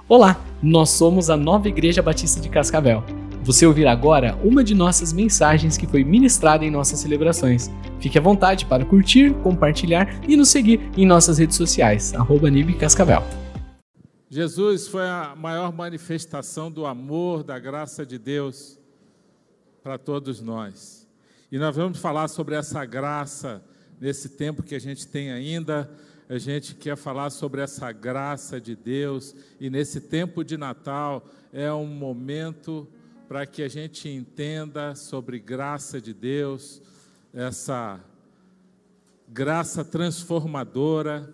Olá, nós somos a Nova Igreja Batista de Cascavel. Você ouvirá agora uma de nossas mensagens que foi ministrada em nossas celebrações. Fique à vontade para curtir, compartilhar e nos seguir em nossas redes sociais, @NibCascavel. Jesus foi a maior manifestação do amor, da graça de Deus para todos nós. E nós vamos falar sobre essa graça nesse tempo que a gente tem ainda. A gente quer falar sobre essa graça de Deus, e nesse tempo de Natal é um momento para que a gente entenda sobre graça de Deus, essa graça transformadora.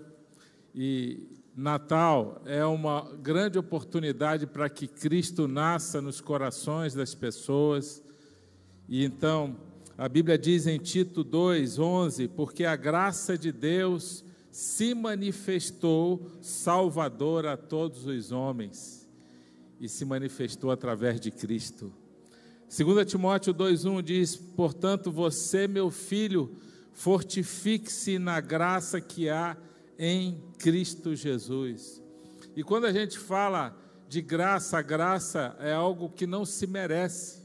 E Natal é uma grande oportunidade para que Cristo nasça nos corações das pessoas. E então, a Bíblia diz em Tito 2:11, porque a graça de Deus se manifestou salvadora a todos os homens, e se manifestou através de Cristo. 2 Timóteo 2:1 diz, portanto, você, meu filho, fortifique-se na graça que há em Cristo Jesus. E quando a gente fala de graça, a graça é algo que não se merece.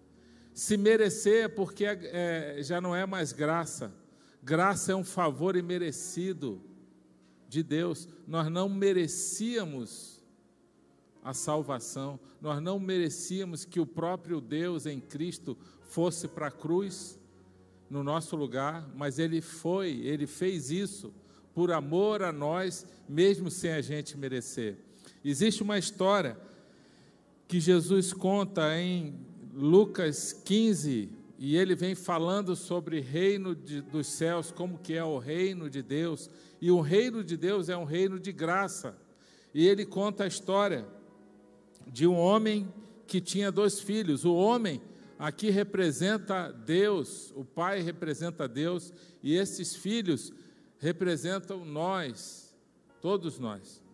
Se merecer é porque já não é mais graça. Graça é um favor imerecido de Deus. Nós não merecíamos a salvação, nós não merecíamos que o próprio Deus em Cristo fosse para a cruz no nosso lugar, mas Ele fez isso por amor a nós, mesmo sem a gente merecer. Existe uma história que Jesus conta em Lucas 15, e ele vem falando sobre reino dos céus, como que é o reino de Deus, e o reino de Deus é um reino de graça. E ele conta a história de um homem que tinha 2 filhos. O homem aqui representa Deus, o pai representa Deus, e esses filhos representam nós, todos nós.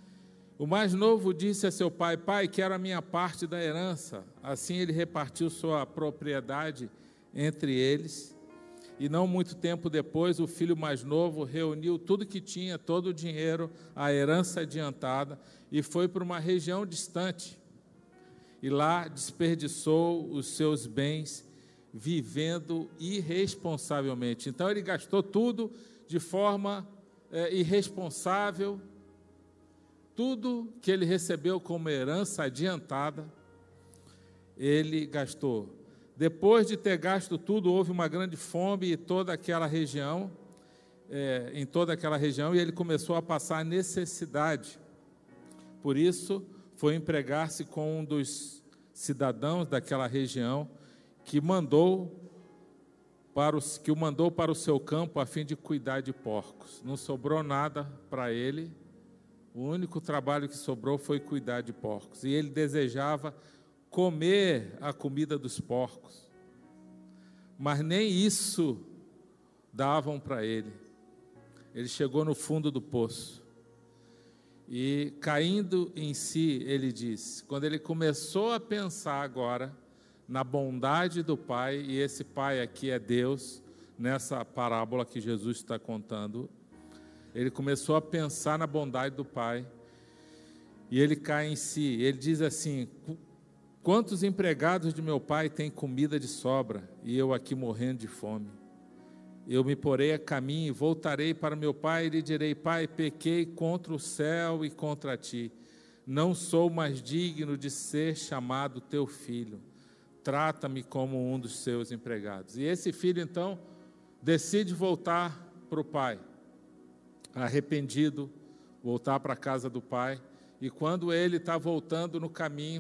O mais novo disse a seu pai, pai, quero a minha parte da herança. Assim ele repartiu sua propriedade entre eles, e não muito tempo depois, o filho mais novo reuniu tudo que tinha, todo o dinheiro, a herança adiantada, e foi para uma região distante, e lá desperdiçou os seus bens, vivendo irresponsavelmente. Então ele gastou tudo de forma irresponsável, tudo que ele recebeu como herança adiantada, ele gastou. Depois de ter gasto tudo, houve uma grande fome em toda aquela região, e ele começou a passar necessidade. Por isso, foi empregar-se com um dos cidadãos daquela região, que o mandou para o seu campo a fim de cuidar de porcos. Não sobrou nada para ele, o único trabalho que sobrou foi cuidar de porcos. E ele desejava comer a comida dos porcos, mas nem isso davam para ele. Ele chegou no fundo do poço e, caindo em si, ele disse, quando ele começou a pensar agora na bondade do Pai, e esse Pai aqui é Deus, nessa parábola que Jesus está contando, ele começou a pensar na bondade do Pai, e ele cai em si, ele diz assim, quantos empregados de meu pai têm comida de sobra, e eu aqui morrendo de fome? Eu me porei a caminho, voltarei para meu pai e lhe direi, pai, pequei contra o céu e contra ti, não sou mais digno de ser chamado teu filho, trata-me como um dos seus empregados. E esse filho então decide voltar para o pai, arrependido, voltar para a casa do pai, e quando ele está voltando no caminho,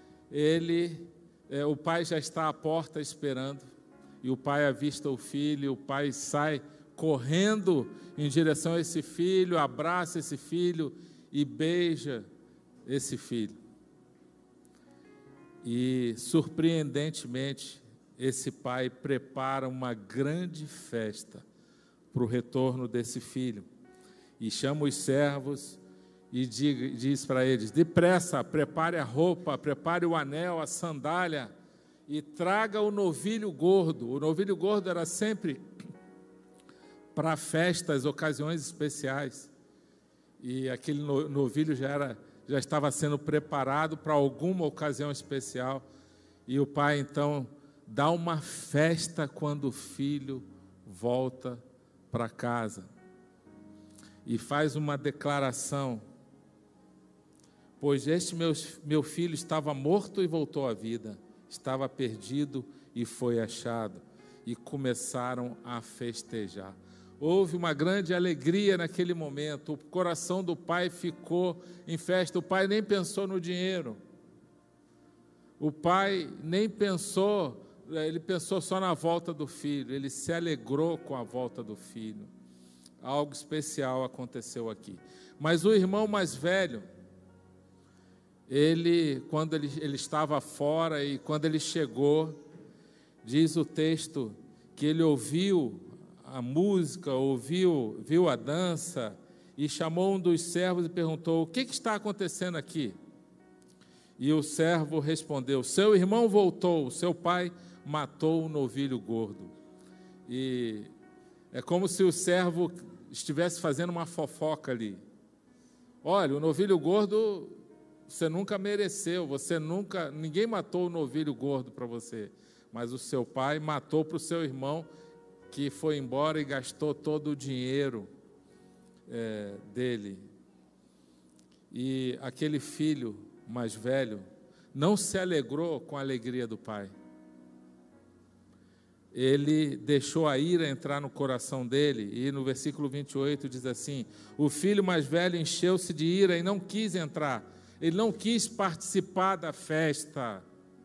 o pai já está à porta esperando, e o pai avista o filho, o pai sai correndo em direção a esse filho, abraça esse filho e beija esse filho. E, surpreendentemente, esse pai prepara uma grande festa para o retorno desse filho, e chama os servos e diz para eles, depressa, prepare a roupa, prepare o anel, a sandália, e traga o novilho gordo. O novilho gordo era sempre para festas, ocasiões especiais, e aquele novilho já era já estava sendo preparado para alguma ocasião especial. E o pai, então, dá uma festa quando o filho volta para casa. E faz uma declaração: pois este meu filho estava morto e voltou à vida, estava perdido e foi achado. E começaram a festejar. Houve uma grande alegria naquele momento, o coração do pai ficou em festa. O pai nem pensou no dinheiro, o pai nem pensou, ele pensou só na volta do filho, ele se alegrou com a volta do filho. Algo especial aconteceu aqui. Mas o irmão mais velho, quando ele estava fora e quando ele chegou, diz o texto que ele ouviu a música, viu a dança e chamou um dos servos e perguntou: o que está acontecendo aqui? E o servo respondeu: seu irmão voltou, seu pai matou o novilho gordo. E é como se o servo estivesse fazendo uma fofoca ali. Olha, o novilho gordo você nunca mereceu, ninguém matou o novilho gordo para você, mas o seu pai matou para o seu irmão, que foi embora e gastou todo o dinheiro dele. E aquele filho mais velho não se alegrou com a alegria do pai. Ele deixou a ira entrar no coração dele, e no versículo 28 diz assim: o filho mais velho encheu-se de ira e não quis entrar, ele não quis participar da festa,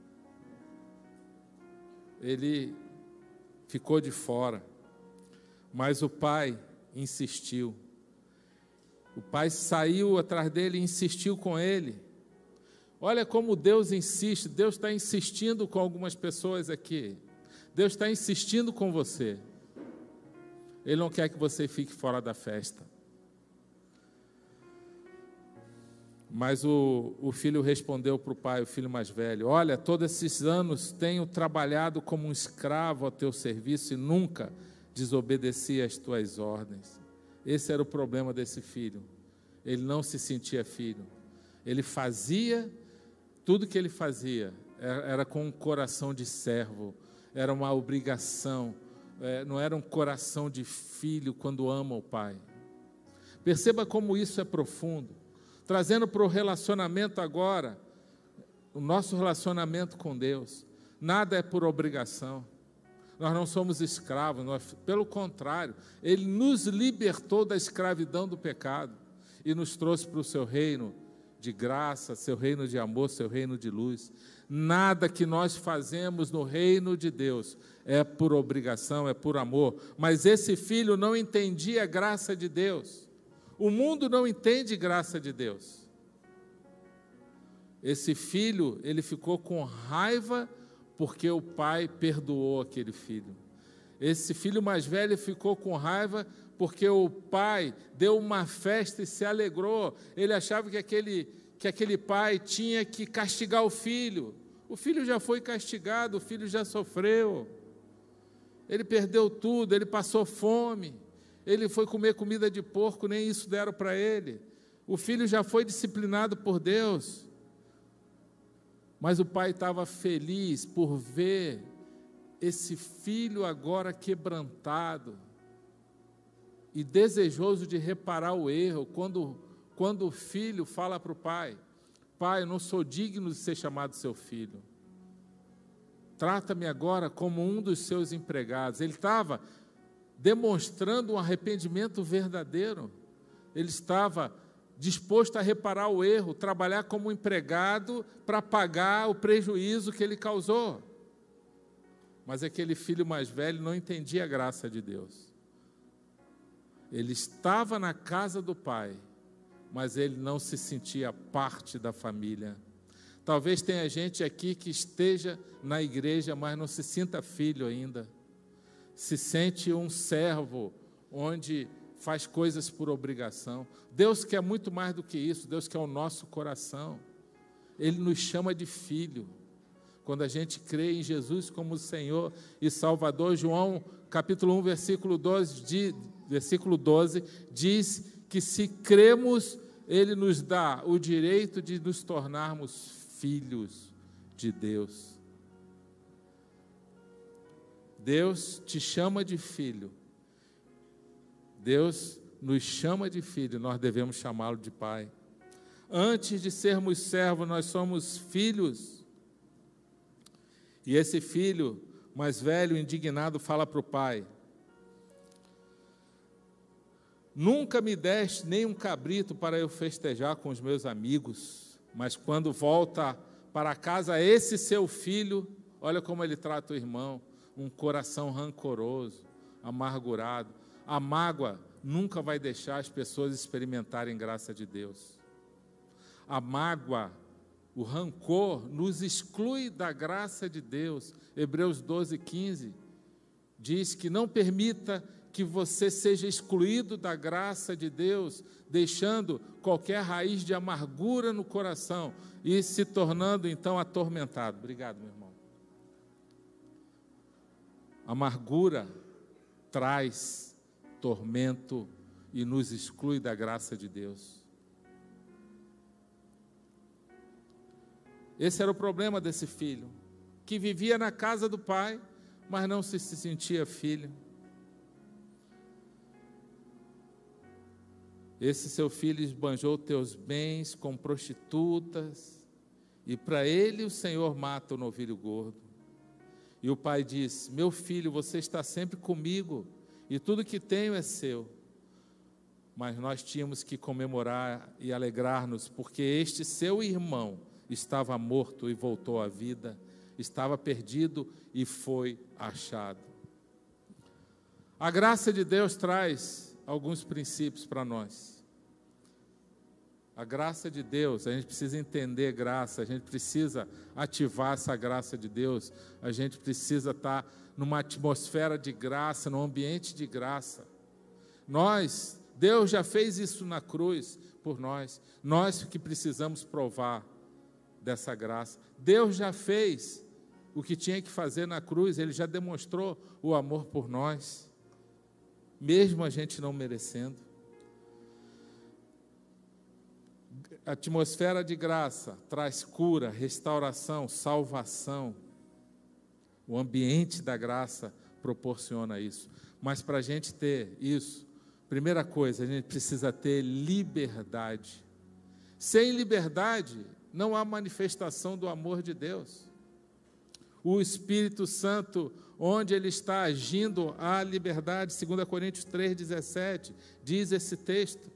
ele ficou de fora. Mas o pai insistiu. O pai saiu atrás dele e insistiu com ele. Olha como Deus insiste. Deus está insistindo com algumas pessoas aqui. Deus está insistindo com você. Ele não quer que você fique fora da festa. Mas o filho respondeu para o pai, o filho mais velho: olha, todos esses anos tenho trabalhado como um escravo ao teu serviço e nunca desobedeci às tuas ordens. Esse era o problema desse filho. Ele não se sentia filho. Ele fazia, tudo que ele fazia era com um coração de servo, era uma obrigação, não era um coração de filho quando ama o pai. Perceba como isso é profundo. Trazendo para o relacionamento agora, o nosso relacionamento com Deus, nada é por obrigação. Nós não somos escravos, pelo contrário, Ele nos libertou da escravidão do pecado e nos trouxe para o seu reino de graça, seu reino de amor, seu reino de luz. Nada que nós fazemos no reino de Deus é por obrigação, é por amor. Mas esse filho não entendia a graça de Deus. O mundo não entende graça de Deus. Esse filho, ele ficou com raiva porque o pai perdoou aquele filho. Esse filho mais velho ficou com raiva porque o pai deu uma festa e se alegrou. Ele achava que aquele pai tinha que castigar o filho. O filho já foi castigado, o filho já sofreu. Ele perdeu tudo, ele passou fome. Ele foi comer comida de porco, nem isso deram para ele. O filho já foi disciplinado por Deus. Mas o pai estava feliz por ver esse filho agora quebrantado e desejoso de reparar o erro. Quando o filho fala para o pai: pai, eu não sou digno de ser chamado seu filho. Trata-me agora como um dos seus empregados. Ele estava demonstrando um arrependimento verdadeiro. Ele estava disposto a reparar o erro, trabalhar como empregado para pagar o prejuízo que ele causou. Mas aquele filho mais velho não entendia a graça de Deus. Ele estava na casa do pai, mas ele não se sentia parte da família. Talvez tenha gente aqui que esteja na igreja, mas não se sinta filho ainda. Se sente um servo, onde faz coisas por obrigação. Deus quer muito mais do que isso. Deus quer o nosso coração. Ele nos chama de filho. Quando a gente crê em Jesus como Senhor e Salvador, João capítulo 1, versículo 12 diz que se cremos Ele nos dá o direito de nos tornarmos filhos de Deus. Deus te chama de filho. Deus nos chama de filho, nós devemos chamá-lo de pai. Antes de sermos servos, nós somos filhos. E esse filho mais velho, indignado, fala para o pai: nunca me deste nem um cabrito para eu festejar com os meus amigos, mas quando volta para casa esse seu filho, olha como ele trata o irmão, um coração rancoroso, amargurado. A mágoa nunca vai deixar as pessoas experimentarem graça de Deus. A mágoa, o rancor, nos exclui da graça de Deus. Hebreus 12:15 diz que não permita que você seja excluído da graça de Deus, deixando qualquer raiz de amargura no coração e se tornando então atormentado. Obrigado, meu irmão. Amargura traz tormento e nos exclui da graça de Deus. Esse era o problema desse filho, que vivia na casa do pai, mas não se sentia filho. Esse seu filho esbanjou teus bens com prostitutas, e para ele o Senhor mata o novilho gordo. E o pai diz: meu filho, você está sempre comigo, e tudo que tenho é seu. Mas nós tínhamos que comemorar e alegrar-nos, porque este seu irmão estava morto e voltou à vida, estava perdido e foi achado. A graça de Deus traz alguns princípios para nós. A graça de Deus, a gente precisa entender graça, a gente precisa ativar essa graça de Deus, a gente precisa estar numa atmosfera de graça, num ambiente de graça. Deus já fez isso na cruz por nós que precisamos provar dessa graça. Deus já fez o que tinha que fazer na cruz, Ele já demonstrou o amor por nós, mesmo a gente não merecendo. A atmosfera de graça traz cura, restauração, salvação. O ambiente da graça proporciona isso. Mas para a gente ter isso, primeira coisa, a gente precisa ter liberdade. Sem liberdade, não há manifestação do amor de Deus. O Espírito Santo, onde Ele está agindo, há liberdade. 2 Coríntios 3,17 diz esse texto.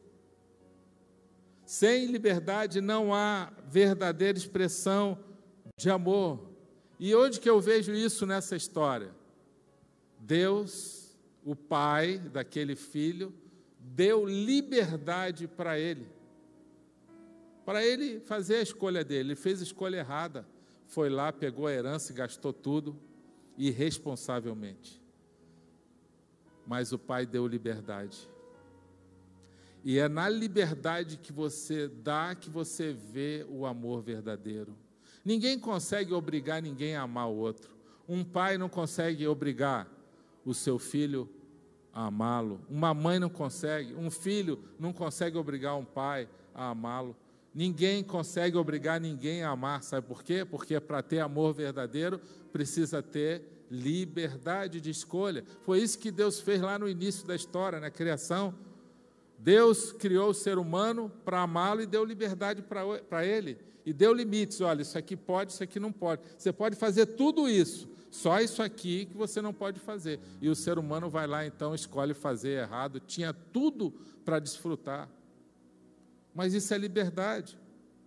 Sem liberdade não há verdadeira expressão de amor. E onde que eu vejo isso nessa história? Deus, o pai daquele filho, deu liberdade para ele fazer a escolha dele. Ele fez a escolha errada, foi lá, pegou a herança e gastou tudo, irresponsavelmente. Mas o pai deu liberdade. E é na liberdade que você dá que você vê o amor verdadeiro. Ninguém consegue obrigar ninguém a amar o outro. Um pai não consegue obrigar o seu filho a amá-lo. Uma mãe não consegue. Um filho não consegue obrigar um pai a amá-lo. Ninguém consegue obrigar ninguém a amar. Sabe por quê? Porque para ter amor verdadeiro precisa ter liberdade de escolha. Foi isso que Deus fez lá no início da história, na criação. Deus criou o ser humano para amá-lo e deu liberdade para ele. E deu limites. Olha, isso aqui pode, isso aqui não pode. Você pode fazer tudo isso, só isso aqui que você não pode fazer. E o ser humano vai lá, então, escolhe fazer errado. Tinha tudo para desfrutar. Mas isso é liberdade.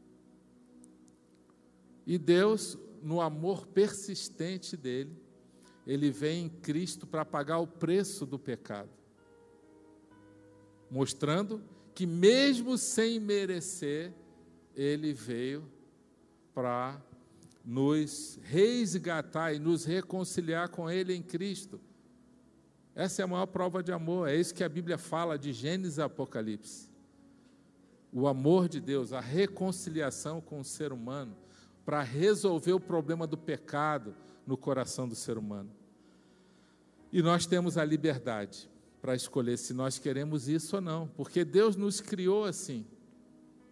E Deus, no amor persistente dele, Ele vem em Cristo para pagar o preço do pecado. Mostrando que mesmo sem merecer, Ele veio para nos resgatar e nos reconciliar com Ele em Cristo. Essa é a maior prova de amor, é isso que a Bíblia fala de Gênesis e Apocalipse. O amor de Deus, a reconciliação com o ser humano, para resolver o problema do pecado no coração do ser humano. E nós temos a liberdade para escolher se nós queremos isso ou não, porque Deus nos criou assim.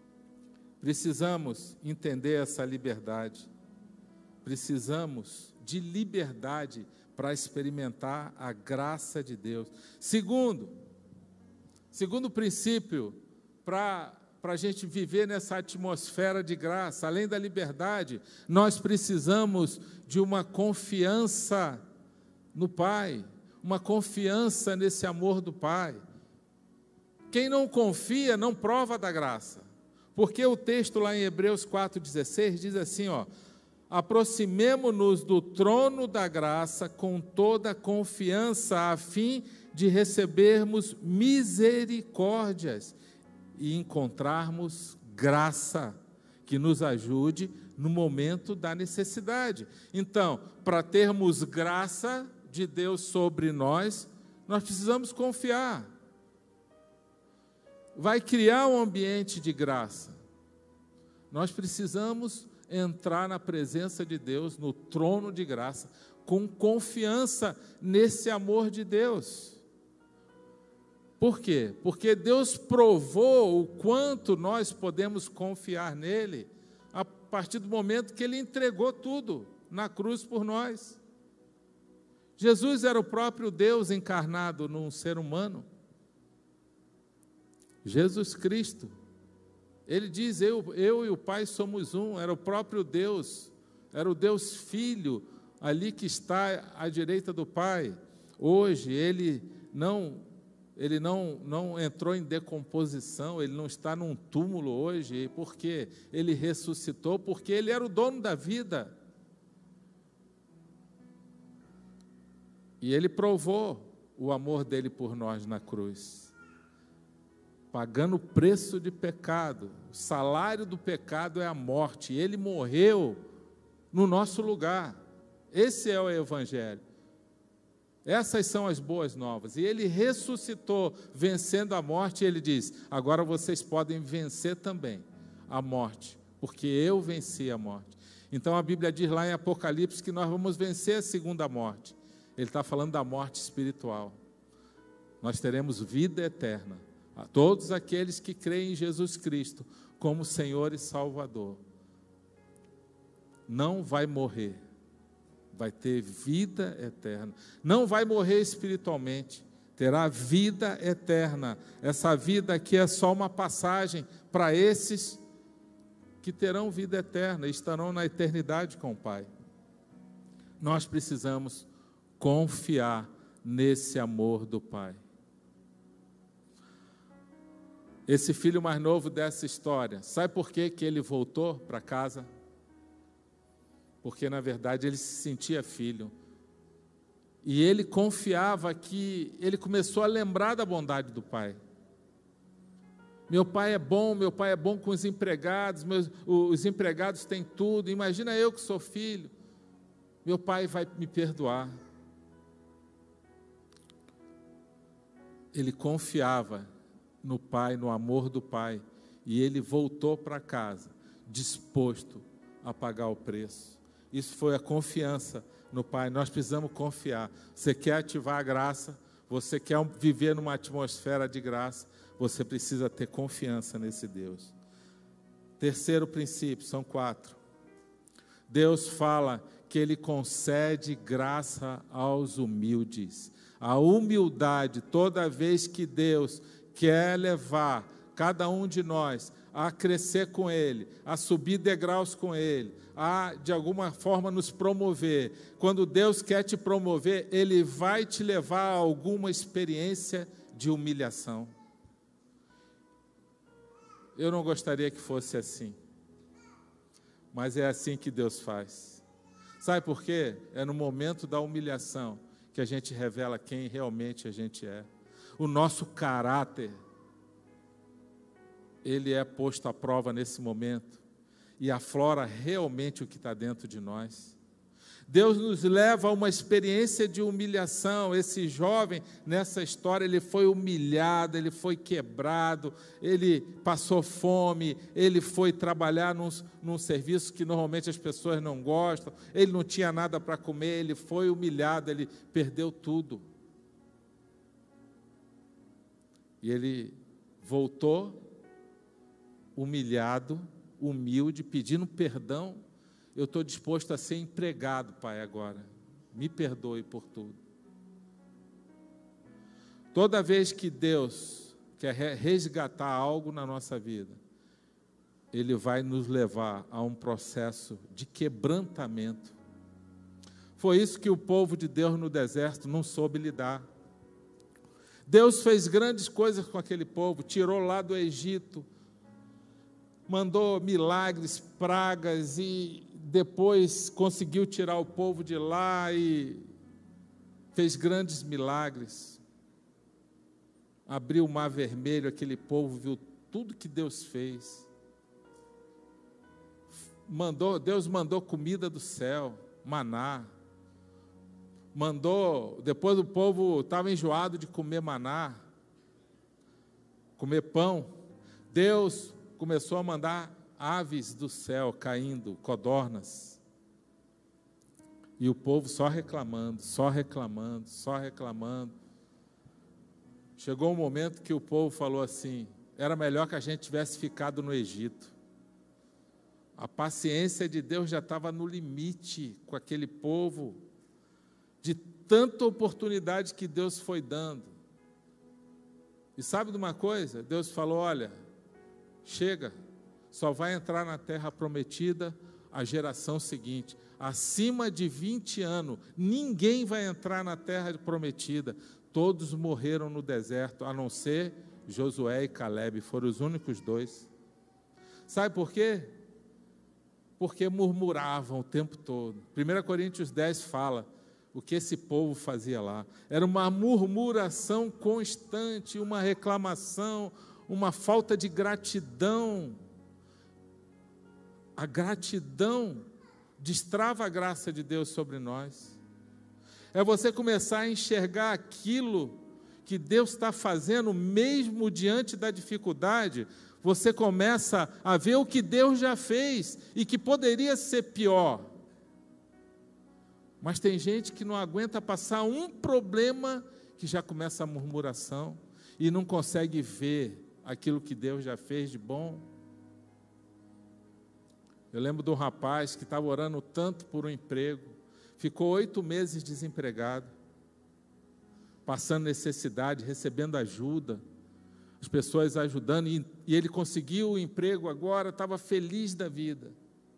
Precisamos entender essa liberdade. Precisamos de liberdade para experimentar a graça de Deus. Segundo princípio, para a gente viver nessa atmosfera de graça, além da liberdade, nós precisamos de uma confiança no Pai, uma confiança nesse amor do Pai. Quem não confia não prova da graça, porque o texto lá em Hebreus 4,16 diz assim, aproximemo-nos do trono da graça com toda a confiança, a fim de recebermos misericórdias e encontrarmos graça que nos ajude no momento da necessidade. Então, para termos graça de Deus sobre nós, nós precisamos confiar. Vai criar um ambiente de graça. Nós precisamos entrar na presença de Deus, no trono de graça, com confiança nesse amor de Deus. Por quê? Porque Deus provou o quanto nós podemos confiar nele a partir do momento que ele entregou tudo na cruz por nós. Jesus era o próprio Deus encarnado num ser humano. Jesus Cristo, ele diz, eu e o Pai somos um, era o próprio Deus, era o Deus Filho, ali que está à direita do Pai. Hoje, ele não entrou em decomposição, ele não está num túmulo hoje, porque ele ressuscitou, porque ele era o dono da vida. E ele provou o amor dele por nós na cruz, pagando o preço de pecado. O salário do pecado é a morte, e ele morreu no nosso lugar. Esse é o Evangelho. Essas são as boas novas. E ele ressuscitou, vencendo a morte, e ele diz, agora vocês podem vencer também a morte, porque eu venci a morte. Então a Bíblia diz lá em Apocalipse que nós vamos vencer a segunda morte. Ele está falando da morte espiritual. Nós teremos vida eterna. A todos aqueles que creem em Jesus Cristo como Senhor e Salvador. Não vai morrer. Vai ter vida eterna. Não vai morrer espiritualmente. Terá vida eterna. Essa vida aqui é só uma passagem para esses que terão vida eterna e estarão na eternidade com o Pai. Nós precisamos confiar nesse amor do Pai. Esse filho mais novo dessa história, sabe por que ele voltou para casa? Porque, na verdade, ele se sentia filho. E ele confiava que ele começou a lembrar da bondade do Pai. Meu pai é bom com os empregados, os empregados têm tudo, imagina eu que sou filho, meu pai vai me perdoar. Ele confiava no Pai, no amor do Pai, e ele voltou para casa, disposto a pagar o preço. Isso foi a confiança no Pai. Nós precisamos confiar. Você quer ativar a graça, você quer viver numa atmosfera de graça, você precisa ter confiança nesse Deus. Terceiro princípio, são 4. Deus fala que Ele concede graça aos humildes. A humildade, toda vez que Deus quer levar cada um de nós a crescer com Ele, a subir degraus com Ele, a de alguma forma nos promover. Quando Deus quer te promover, Ele vai te levar a alguma experiência de humilhação. Eu não gostaria que fosse assim, mas é assim que Deus faz. Sabe por quê? É no momento da humilhação que a gente revela quem realmente a gente é. O nosso caráter, ele é posto à prova nesse momento e aflora realmente o que está dentro de nós. Deus nos leva a uma experiência de humilhação. Esse jovem, nessa história, ele foi humilhado, ele foi quebrado, ele passou fome, ele foi trabalhar num serviço que normalmente as pessoas não gostam, ele não tinha nada para comer, ele foi humilhado, ele perdeu tudo. E ele voltou humilhado humilde, pedindo perdão. Eu estou disposto a ser empregado, Pai, agora. Me perdoe por tudo. Toda vez que Deus quer resgatar algo na nossa vida, Ele vai nos levar a um processo de quebrantamento. Foi isso que o povo de Deus no deserto não soube lidar. Deus fez grandes coisas com aquele povo, tirou lá do Egito, mandou milagres, pragas, e depois conseguiu tirar o povo de lá e fez grandes milagres. Abriu o mar vermelho, aquele povo viu tudo que Deus fez. Deus mandou comida do céu, maná. Depois o povo estava enjoado de comer maná, comer pão. Deus começou a mandar aves do céu caindo, codornas. E o povo só reclamando, só reclamando, só reclamando. Chegou um momento que o povo falou assim: era melhor que a gente tivesse ficado no Egito. A paciência de Deus já estava no limite com aquele povo, de tanta oportunidade que Deus foi dando. E sabe de uma coisa? Deus falou: olha, chega, só vai entrar na terra prometida a geração seguinte. Acima de 20 anos, ninguém vai entrar na terra prometida. Todos morreram no deserto, a não ser Josué e Caleb, foram os únicos dois. Sabe por quê? Porque murmuravam o tempo todo. 1 Coríntios 10 fala o que esse povo fazia lá. Era uma murmuração constante, uma reclamação, uma falta de gratidão. A gratidão destrava a graça de Deus sobre nós. É você começar a enxergar aquilo que Deus está fazendo, mesmo diante da dificuldade. Você começa a ver o que Deus já fez e que poderia ser pior. Mas tem gente que não aguenta passar um problema que já começa a murmuração e não consegue ver aquilo que Deus já fez de bom. Eu lembro de um rapaz que estava orando tanto por um emprego, ficou 8 meses desempregado, passando necessidade, recebendo ajuda, as pessoas ajudando, e ele conseguiu o emprego agora, estava feliz da vida.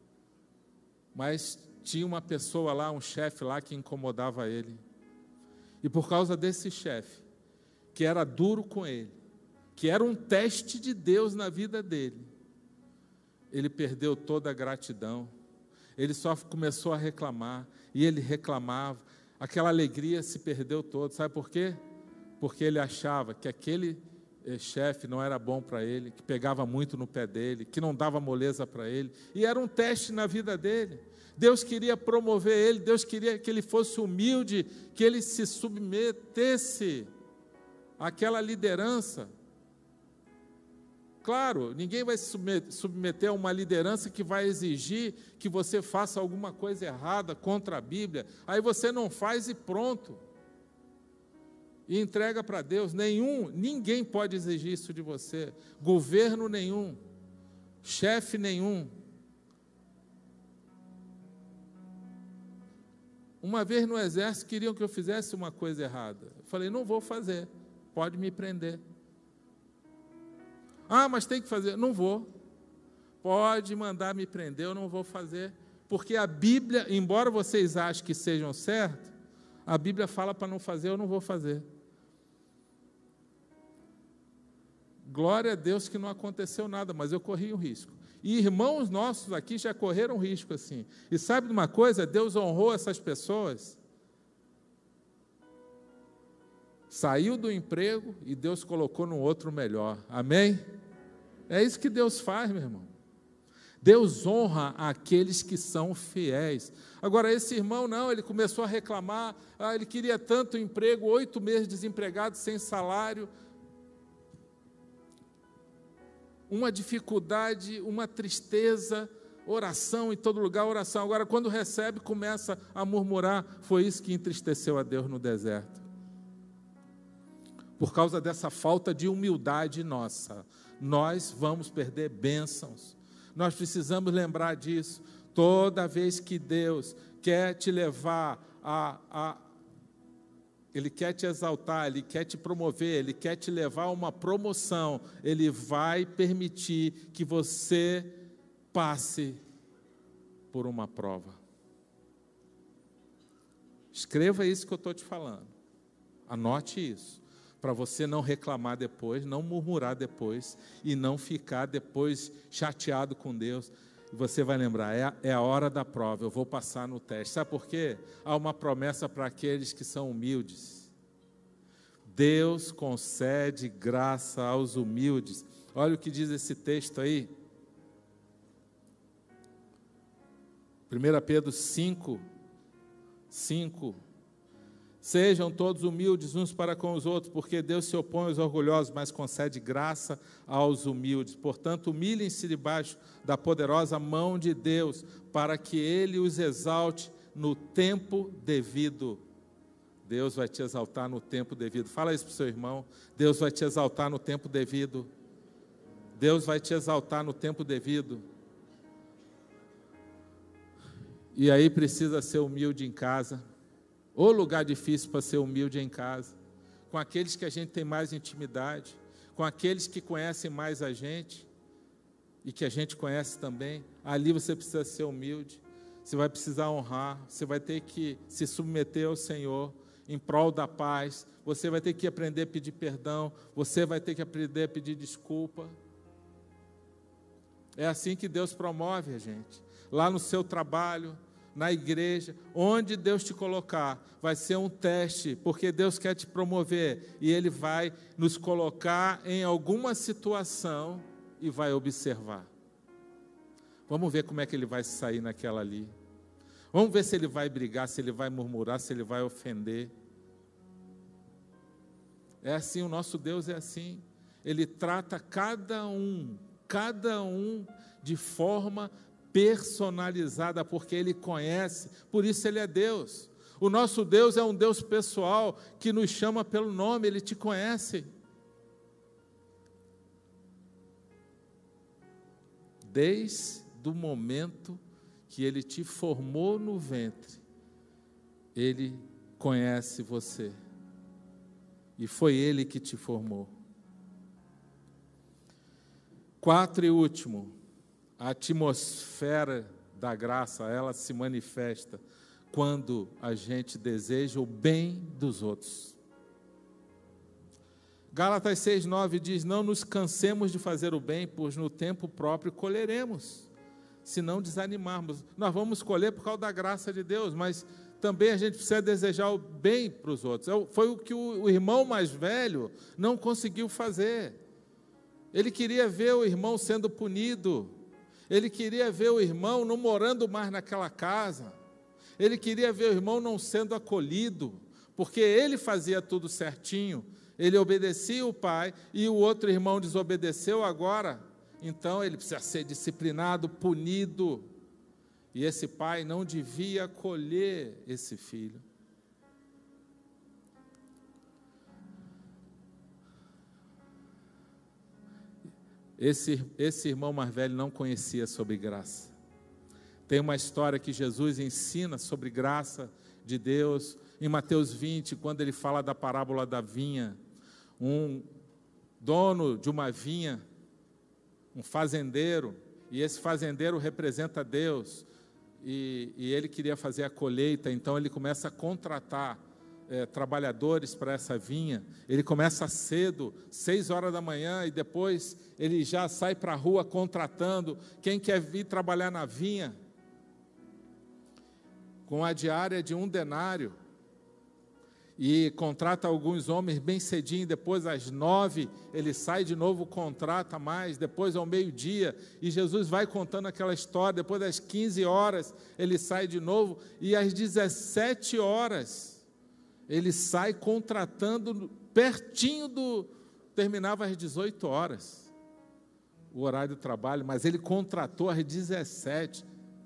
Mas tinha uma pessoa lá, um chefe lá que incomodava ele. E por causa desse chefe, que era duro com ele, que era um teste de Deus na vida dele, ele perdeu toda a gratidão. Ele só começou a reclamar, e ele reclamava, aquela alegria se perdeu toda. Sabe por quê? Porque ele achava que aquele chefe não era bom para ele, que pegava muito no pé dele, que não dava moleza para ele, e era um teste na vida dele. Deus queria promover ele, Deus queria que ele fosse humilde, que ele se submetesse àquela liderança. Claro, ninguém vai se submeter a uma liderança que vai exigir que você faça alguma coisa errada contra a Bíblia. Aí você não faz e pronto. E entrega para Deus. Ninguém pode exigir isso de você. Governo nenhum, chefe nenhum. Uma vez no exército queriam que eu fizesse uma coisa errada. Eu falei: não vou fazer, pode me prender. Ah, mas tem que fazer. Não vou. Pode mandar me prender, eu não vou fazer. Porque a Bíblia, embora vocês achem que sejam certos, a Bíblia fala para não fazer, eu não vou fazer. Glória a Deus que não aconteceu nada, mas eu corri um risco. E irmãos nossos aqui já correram risco assim. E sabe de uma coisa? Deus honrou essas pessoas. Saiu do emprego e Deus colocou no outro melhor. Amém? É isso que Deus faz, meu irmão. Deus honra aqueles que são fiéis. Agora, esse irmão não, ele começou a reclamar, ele queria tanto emprego, 8 meses desempregado, sem salário. Uma dificuldade, uma tristeza, oração em todo lugar, oração. Agora, quando recebe, começa a murmurar. Foi isso que entristeceu a Deus no deserto. Por causa dessa falta de humildade nossa, nós vamos perder bênçãos. Nós precisamos lembrar disso. Toda vez que Deus quer te levar Ele quer te exaltar, Ele quer te promover, Ele quer te levar a uma promoção, Ele vai permitir que você passe por uma prova. Escreva isso que eu estou te falando. Anote isso, para você não reclamar depois, não murmurar depois e não ficar depois chateado com Deus. E você vai lembrar, é a hora da prova, eu vou passar no teste. Sabe por quê? Há uma promessa para aqueles que são humildes. Deus concede graça aos humildes. Olha o que diz esse texto aí. 1 Pedro 5. Sejam todos humildes uns para com os outros, porque Deus se opõe aos orgulhosos, mas concede graça aos humildes. Portanto, humilhem-se debaixo da poderosa mão de Deus, para que Ele os exalte no tempo devido. Deus vai te exaltar no tempo devido. Fala isso para o seu irmão. Deus vai te exaltar no tempo devido. Deus vai te exaltar no tempo devido. E aí precisa ser humilde em casa. O lugar difícil para ser humilde é em casa, com aqueles que a gente tem mais intimidade, com aqueles que conhecem mais a gente e que a gente conhece também. Ali você precisa ser humilde, você vai precisar honrar, você vai ter que se submeter ao Senhor em prol da paz, você vai ter que aprender a pedir perdão, você vai ter que aprender a pedir desculpa. É assim que Deus promove a gente, lá no seu trabalho, na igreja, onde Deus te colocar, vai ser um teste, porque Deus quer te promover, e Ele vai nos colocar em alguma situação e vai observar. Vamos ver como é que Ele vai sair naquela ali. Vamos ver se Ele vai brigar, se Ele vai murmurar, se Ele vai ofender. É assim, o nosso Deus é assim. Ele trata cada um de forma personalizada, porque Ele conhece, por isso Ele é Deus. O nosso Deus é um Deus pessoal, que nos chama pelo nome, Ele te conhece. Desde o momento que Ele te formou no ventre, Ele conhece você, e foi Ele que te formou. 4 e último, a atmosfera da graça, ela se manifesta quando a gente deseja o bem dos outros. Gálatas 6:9 diz: não nos cansemos de fazer o bem, pois no tempo próprio colheremos, se não desanimarmos. Nós vamos colher por causa da graça de Deus, mas também a gente precisa desejar o bem para os outros. Foi o que o irmão mais velho não conseguiu fazer. Ele queria ver o irmão sendo punido, ele queria ver o irmão não morando mais naquela casa, ele queria ver o irmão não sendo acolhido, porque ele fazia tudo certinho, ele obedecia o pai, e o outro irmão desobedeceu agora, então ele precisa ser disciplinado, punido, e esse pai não devia acolher esse filho. Esse irmão mais velho não conhecia sobre graça. Tem uma história que Jesus ensina sobre graça de Deus, em Mateus 20, quando ele fala da parábola da vinha. Um dono de uma vinha, um fazendeiro, e esse fazendeiro representa Deus, e ele queria fazer a colheita, então ele começa a contratar trabalhadores para essa vinha. Ele começa cedo, 6 horas da manhã, e depois ele já sai para a rua contratando quem quer vir trabalhar na vinha, com a diária de 1 denário, e contrata alguns homens bem cedinho, depois às 9 ele sai de novo, contrata mais, depois ao meio-dia, e Jesus vai contando aquela história, depois das 15 horas ele sai de novo, e às 17 horas ele sai contratando pertinho terminava às 18 horas, o horário do trabalho, mas ele contratou às 17.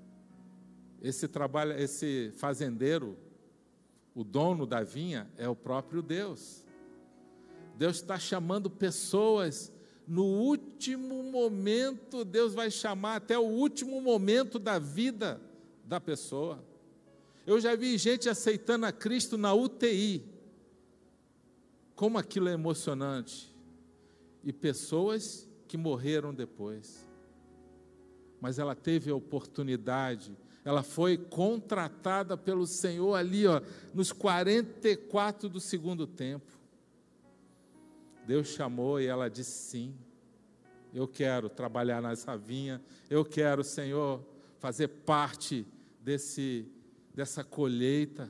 Esse fazendeiro, o dono da vinha, é o próprio Deus. Deus está chamando pessoas no último momento, Deus vai chamar até o último momento da vida da pessoa. Eu já vi gente aceitando a Cristo na UTI. Como aquilo é emocionante. E pessoas que morreram depois. Mas ela teve a oportunidade, ela foi contratada pelo Senhor ali, nos 44 do segundo tempo. Deus chamou e ela disse sim. Eu quero trabalhar nessa vinha, eu quero, Senhor, fazer parte dessa colheita.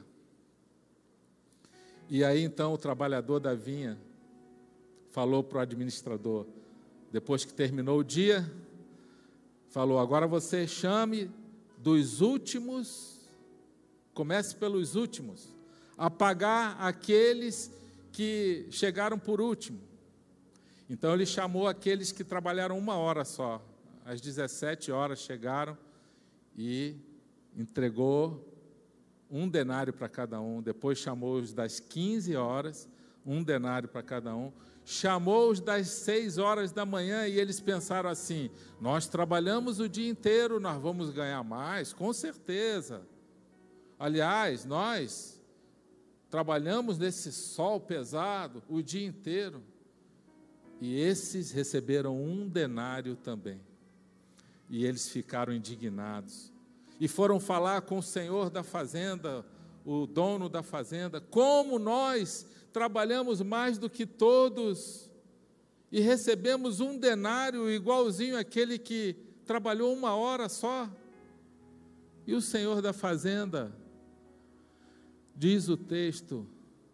E aí então o trabalhador da vinha falou para o administrador, depois que terminou o dia, falou: agora você chame dos últimos, comece pelos últimos, a pagar aqueles que chegaram por último. Então ele chamou aqueles que trabalharam 1 hora só, às 17 horas chegaram e entregou 1 denário para cada um. Depois chamou os das 15 horas, 1 denário para cada um. Chamou os das 6 horas da manhã e eles pensaram assim: nós trabalhamos o dia inteiro, nós vamos ganhar mais, com certeza. Aliás, nós trabalhamos nesse sol pesado o dia inteiro. E esses receberam 1 denário também. E eles ficaram indignados. E foram falar com o senhor da fazenda, o dono da fazenda: como nós trabalhamos mais do que todos e recebemos 1 denário igualzinho àquele que trabalhou 1 hora só. E o senhor da fazenda, diz o texto: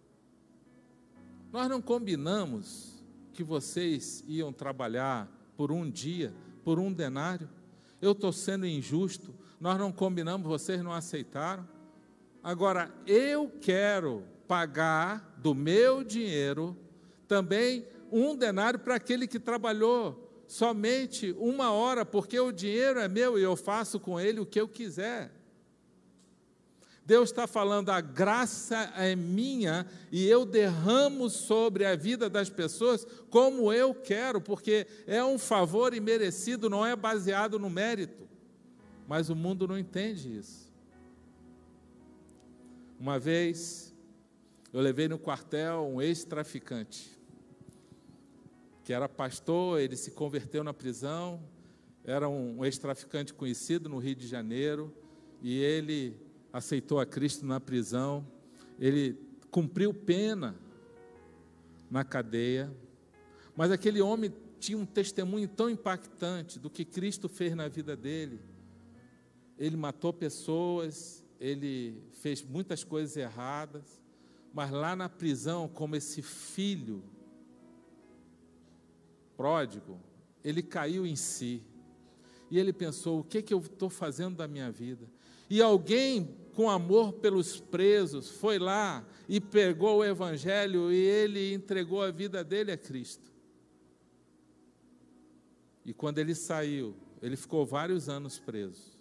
nós não combinamos que vocês iam trabalhar por 1 dia, por 1 denário? Eu estou sendo injusto, nós não combinamos, vocês não aceitaram. Agora, eu quero pagar do meu dinheiro também 1 denário para aquele que trabalhou somente 1 hora, porque o dinheiro é meu e eu faço com ele o que eu quiser. Deus está falando: a graça é minha e eu derramo sobre a vida das pessoas como eu quero, porque é um favor imerecido, não é baseado no mérito. Mas o mundo não entende isso. Uma vez, eu levei no quartel um ex-traficante, que era pastor, ele se converteu na prisão, era um ex-traficante conhecido no Rio de Janeiro, e ele aceitou a Cristo na prisão, ele cumpriu pena na cadeia, mas aquele homem tinha um testemunho tão impactante do que Cristo fez na vida dele. Ele matou pessoas, ele fez muitas coisas erradas, mas lá na prisão, como esse filho pródigo, ele caiu em si, e ele pensou: o que eu estou fazendo da minha vida? E alguém com amor pelos presos foi lá e pegou o evangelho e ele entregou a vida dele a Cristo. E quando ele saiu, ele ficou vários anos preso.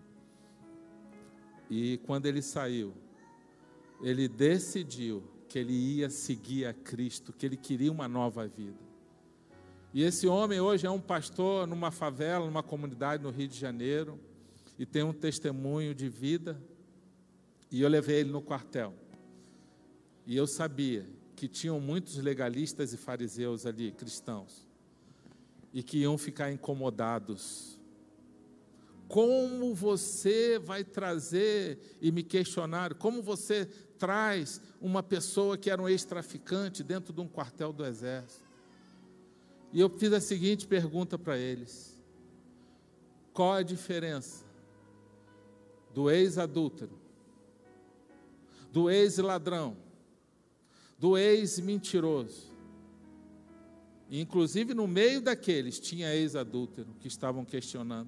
E quando ele saiu, ele decidiu que ele ia seguir a Cristo, que ele queria uma nova vida. E esse homem hoje é um pastor numa favela, numa comunidade no Rio de Janeiro, e tem um testemunho de vida. E eu levei ele no quartel. E eu sabia que tinham muitos legalistas e fariseus ali, cristãos, e que iam ficar incomodados. Como você vai trazer, e me questionaram, como você traz uma pessoa que era um ex-traficante dentro de um quartel do exército? E eu fiz a seguinte pergunta para eles: qual a diferença do ex-adúltero, do ex-ladrão, do ex-mentiroso? Inclusive no meio daqueles tinha ex-adúltero que estavam questionando.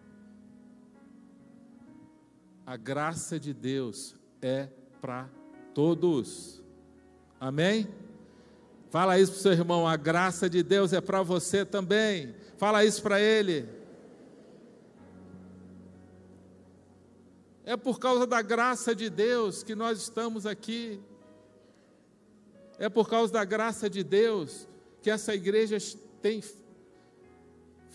A graça de Deus é para todos. Amém? Fala isso para o seu irmão: a graça de Deus é para você também. Fala isso para ele. É por causa da graça de Deus que nós estamos aqui. É por causa da graça de Deus que essa igreja tem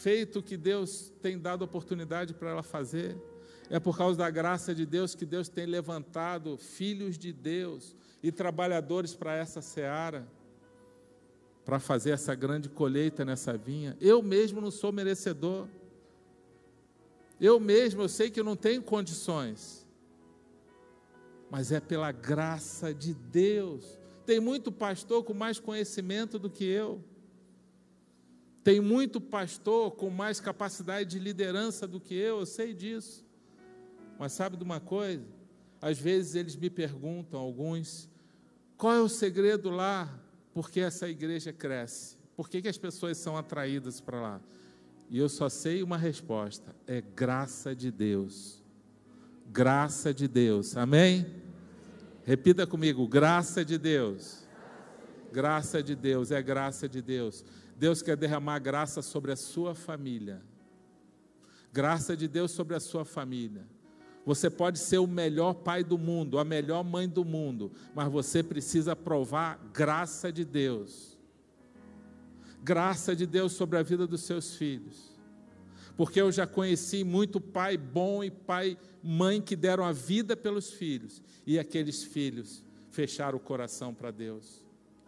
feito o que Deus tem dado oportunidade para ela fazer. É por causa da graça de Deus que Deus tem levantado filhos de Deus e trabalhadores para essa seara, para fazer essa grande colheita nessa vinha. Eu mesmo não sou merecedor. Eu sei que eu não tenho condições. Mas é pela graça de Deus. Tem muito pastor com mais conhecimento do que eu. Tem muito pastor com mais capacidade de liderança do que eu sei disso. Mas sabe de uma coisa? Às vezes eles me perguntam, alguns, qual é o segredo lá? Por que essa igreja cresce? Por que as pessoas são atraídas para lá? E eu só sei uma resposta: é graça de Deus. Graça de Deus, amém? Repita comigo: graça de Deus. Graça de Deus, é graça de Deus. Deus quer derramar graça sobre a sua família. Graça de Deus sobre a sua família. Você pode ser o melhor pai do mundo, a melhor mãe do mundo, mas você precisa provar graça de Deus. Graça de Deus sobre a vida dos seus filhos. Porque eu já conheci muito pai bom e mãe que deram a vida pelos filhos, e aqueles filhos fecharam o coração para Deus.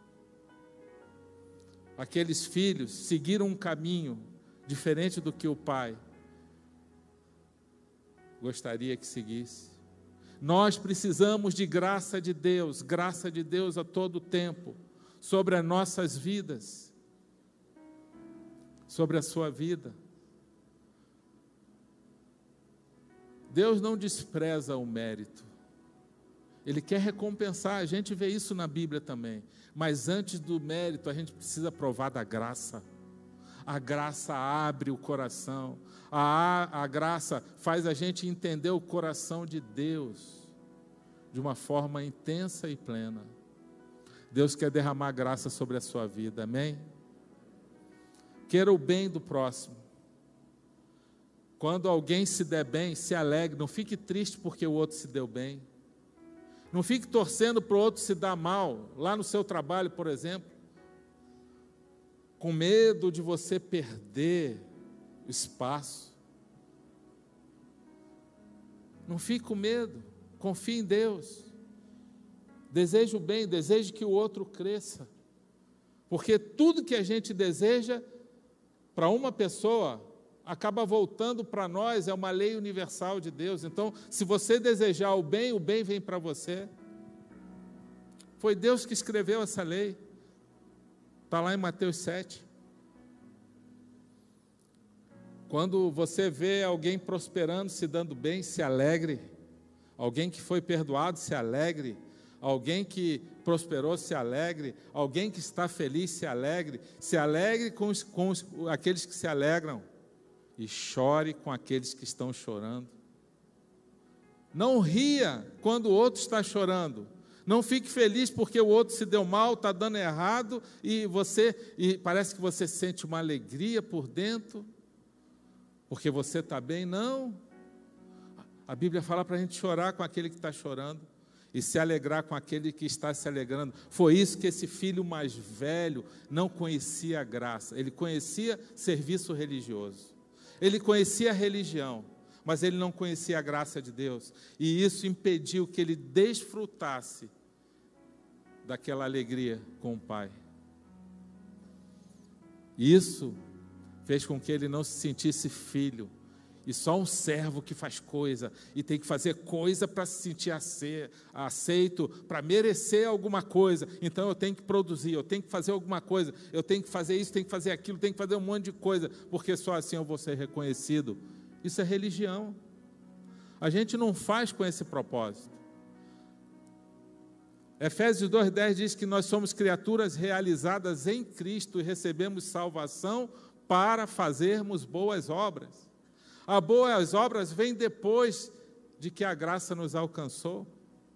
Aqueles filhos seguiram um caminho diferente do que o pai gostaria que seguisse. Nós precisamos de graça de Deus a todo tempo, sobre as nossas vidas, sobre a sua vida. Deus não despreza o mérito, Ele quer recompensar, a gente vê isso na Bíblia também, mas antes do mérito a gente precisa provar da graça. A graça abre o coração, a graça faz a gente entender o coração de Deus de uma forma intensa e plena. Deus quer derramar graça sobre a sua vida, amém? Queira o bem do próximo. Quando alguém se der bem, se alegre, não fique triste porque o outro se deu bem. Não fique torcendo para o outro se dar mal, lá no seu trabalho, por exemplo, com medo de você perder o espaço. Não fique com medo, confie em Deus. Deseje o bem, deseje que o outro cresça. Porque tudo que a gente deseja para uma pessoa acaba voltando para nós, é uma lei universal de Deus. Então, se você desejar o bem vem para você. Foi Deus que escreveu essa lei. Está lá em Mateus 7. Quando você vê alguém prosperando, se dando bem, se alegre. Alguém que foi perdoado, se alegre. Alguém que prosperou, se alegre. Alguém que está feliz, se alegre. Se alegre com aqueles que se alegram. E chore com aqueles que estão chorando. Não ria quando o outro está chorando. Não fique feliz porque o outro se deu mal, está dando errado, e parece que você sente uma alegria por dentro, porque você está bem. Não. A Bíblia fala para a gente chorar com aquele que está chorando e se alegrar com aquele que está se alegrando. Foi isso que esse filho mais velho não conhecia a graça. Ele conhecia serviço religioso. Ele conhecia a religião, mas ele não conhecia a graça de Deus. E isso impediu que ele desfrutasse daquela alegria com o Pai. Isso fez com que ele não se sentisse filho, e só um servo que faz coisa, e tem que fazer coisa para se sentir aceito, para merecer alguma coisa. Então eu tenho que produzir, eu tenho que fazer alguma coisa, eu tenho que fazer isso, tenho que fazer aquilo, tenho que fazer um monte de coisa, porque só assim eu vou ser reconhecido. Isso é religião. A gente não faz com esse propósito. Efésios 2,10 diz que nós somos criaturas realizadas em Cristo e recebemos salvação para fazermos boas obras. As boas obras vêm depois de que a graça nos alcançou.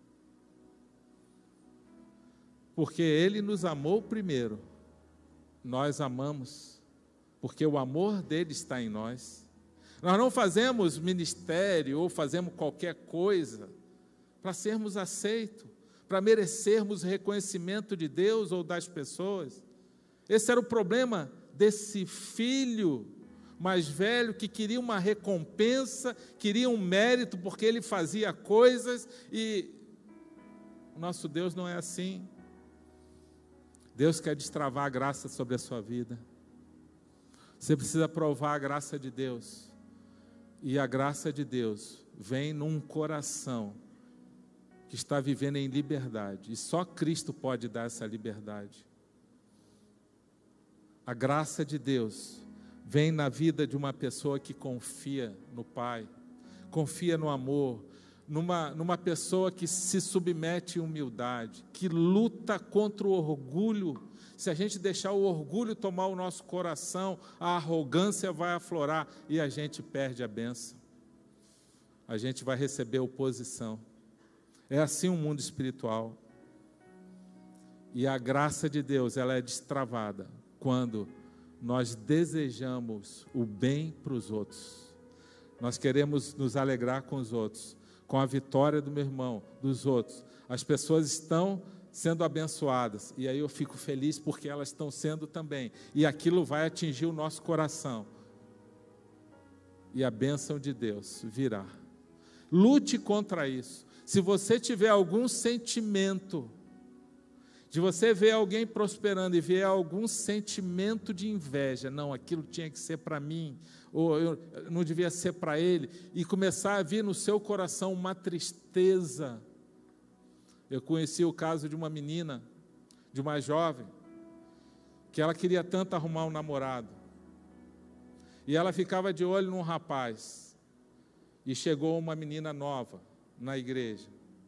Porque Ele nos amou primeiro. Nós amamos, porque o amor dele está em nós. Nós não fazemos ministério ou fazemos qualquer coisa para sermos aceitos, para merecermos reconhecimento de Deus ou das pessoas. Esse era o problema desse filho mais velho, que queria uma recompensa, queria um mérito, porque ele fazia coisas, e o nosso Deus não é assim. Deus quer destravar a graça sobre a sua vida. Você precisa provar a graça de Deus, e a graça de Deus vem num coração que está vivendo em liberdade, e só Cristo pode dar essa liberdade. A graça de Deus vem na vida de uma pessoa que confia no Pai, confia no amor, numa pessoa que se submete em humildade, que luta contra o orgulho. Se a gente deixar o orgulho tomar o nosso coração, a arrogância vai aflorar e a gente perde a bênção. A gente vai receber oposição. É assim o mundo espiritual. E a graça de Deus, ela é destravada quando nós desejamos o bem para os outros. Nós queremos nos alegrar com os outros, com a vitória do meu irmão, dos outros. As pessoas estão sendo abençoadas, e aí eu fico feliz porque elas estão sendo também, e aquilo vai atingir o nosso coração, e a bênção de Deus virá. Lute contra isso. Se você tiver algum sentimento de você ver alguém prosperando e ver algum sentimento de inveja, não, aquilo tinha que ser para mim, ou eu não devia ser para ele, e começar a vir no seu coração uma tristeza. Eu conheci o caso de uma menina, de uma jovem, que ela queria tanto arrumar um namorado, e ela ficava de olho num rapaz, e chegou uma menina nova na igreja,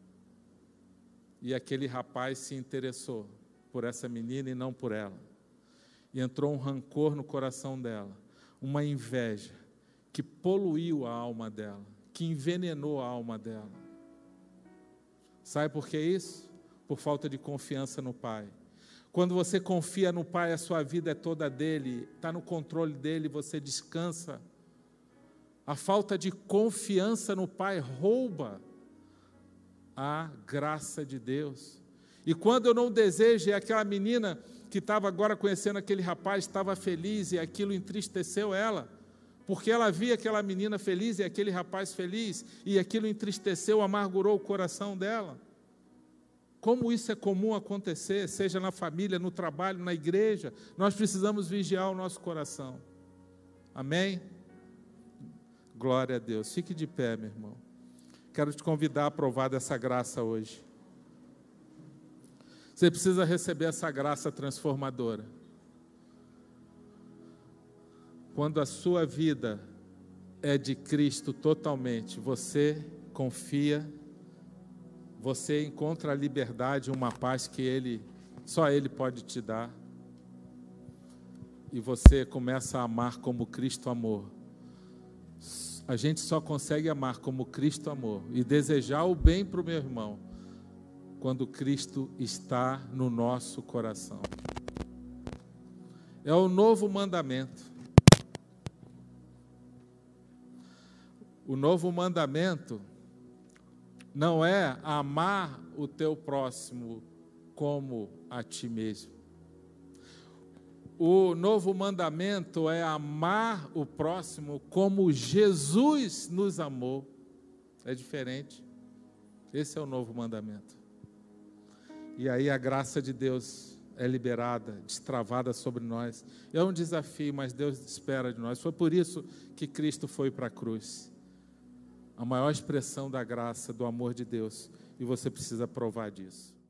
e aquele rapaz se interessou por essa menina e não por ela. E entrou um rancor no coração dela, uma inveja que poluiu a alma dela, que envenenou a alma dela. Sabe por que isso? Por falta de confiança no Pai. Quando você confia no Pai, a sua vida é toda dele, está no controle dele, você descansa. A falta de confiança no Pai rouba a graça de Deus. E quando eu não desejo, e aquela menina que estava agora conhecendo aquele rapaz, estava feliz, e aquilo entristeceu ela, porque ela via aquela menina feliz e aquele rapaz feliz, e aquilo entristeceu, amargurou o coração dela. Como isso é comum acontecer, seja na família, no trabalho, na igreja, nós precisamos vigiar o nosso coração. Amém? Glória a Deus. Fique de pé, meu irmão. Quero te convidar a provar dessa graça hoje. Você precisa receber essa graça transformadora. Quando a sua vida é de Cristo totalmente, você confia, você encontra a liberdade, uma paz que só Ele pode te dar. E você começa a amar como Cristo amou. A gente só consegue amar como Cristo amou e desejar o bem para o meu irmão quando Cristo está no nosso coração. É o novo mandamento. O novo mandamento não é amar o teu próximo como a ti mesmo. O novo mandamento é amar o próximo como Jesus nos amou. É diferente. Esse é o novo mandamento. E aí a graça de Deus é liberada, destravada sobre nós. É um desafio, mas Deus espera de nós. Foi por isso que Cristo foi para a cruz. A maior expressão da graça, do amor de Deus. E você precisa provar disso.